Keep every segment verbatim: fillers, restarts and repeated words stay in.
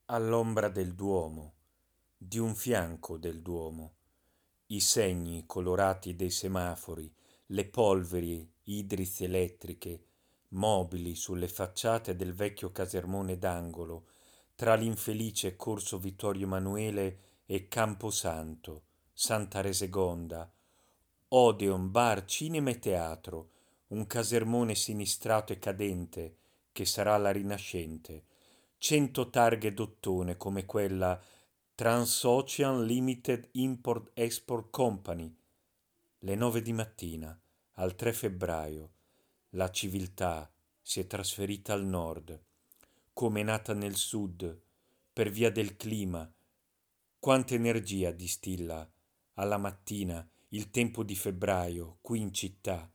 All'ombra del Duomo, di un fianco del Duomo, i segni colorati dei semafori, le polveri idrizi elettriche, mobili sulle facciate del vecchio casermone d'angolo, tra l'infelice Corso Vittorio Emanuele e Camposanto, Santa Resegonda, Odeon, bar, cinema e teatro, un casermone sinistrato e cadente, che sarà la rinascente, cento targhe d'ottone come quella Transocean Limited Import-Export Company. Le nove di mattina, al tre febbraio, la civiltà si è trasferita al nord, come è nata nel sud, per via del clima. Quanta energia distilla alla mattina il tempo di febbraio qui in città.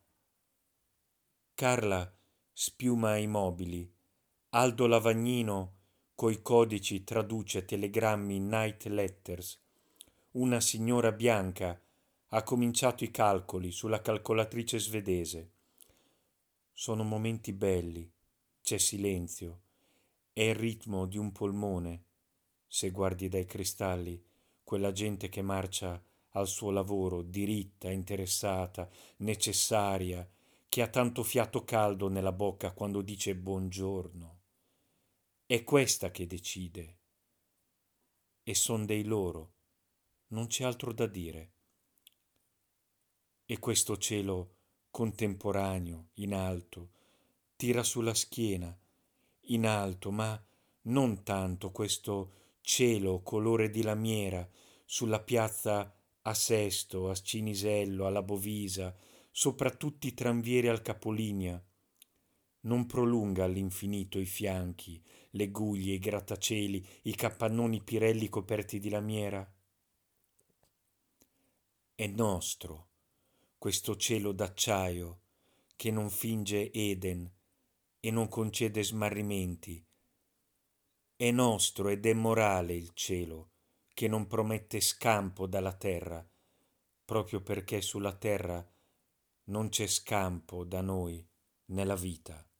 Carla spiuma i mobili, Aldo Lavagnino coi codici traduce telegrammi in night letters. Una signora bianca ha cominciato i calcoli sulla calcolatrice svedese. Sono momenti belli, c'è silenzio, è il ritmo di un polmone. Se guardi dai cristalli, quella gente che marcia al suo lavoro, diritta, interessata, necessaria, che ha tanto fiato caldo nella bocca quando dice buongiorno. È questa che decide. E son dei loro. Non c'è altro da dire. E questo cielo contemporaneo, in alto, tira sulla schiena, in alto, ma non tanto questo cielo colore di lamiera sulla piazza a Sesto, a Cinisello, alla Bovisa, sopra tutti i tranvieri al capolinea. Non prolunga all'infinito i fianchi, le guglie, i grattacieli, i capannoni pirelli coperti di lamiera? È nostro questo cielo d'acciaio che non finge Eden e non concede smarrimenti. È nostro ed è morale il cielo che non promette scampo dalla terra, proprio perché sulla terra non c'è scampo da noi nella vita.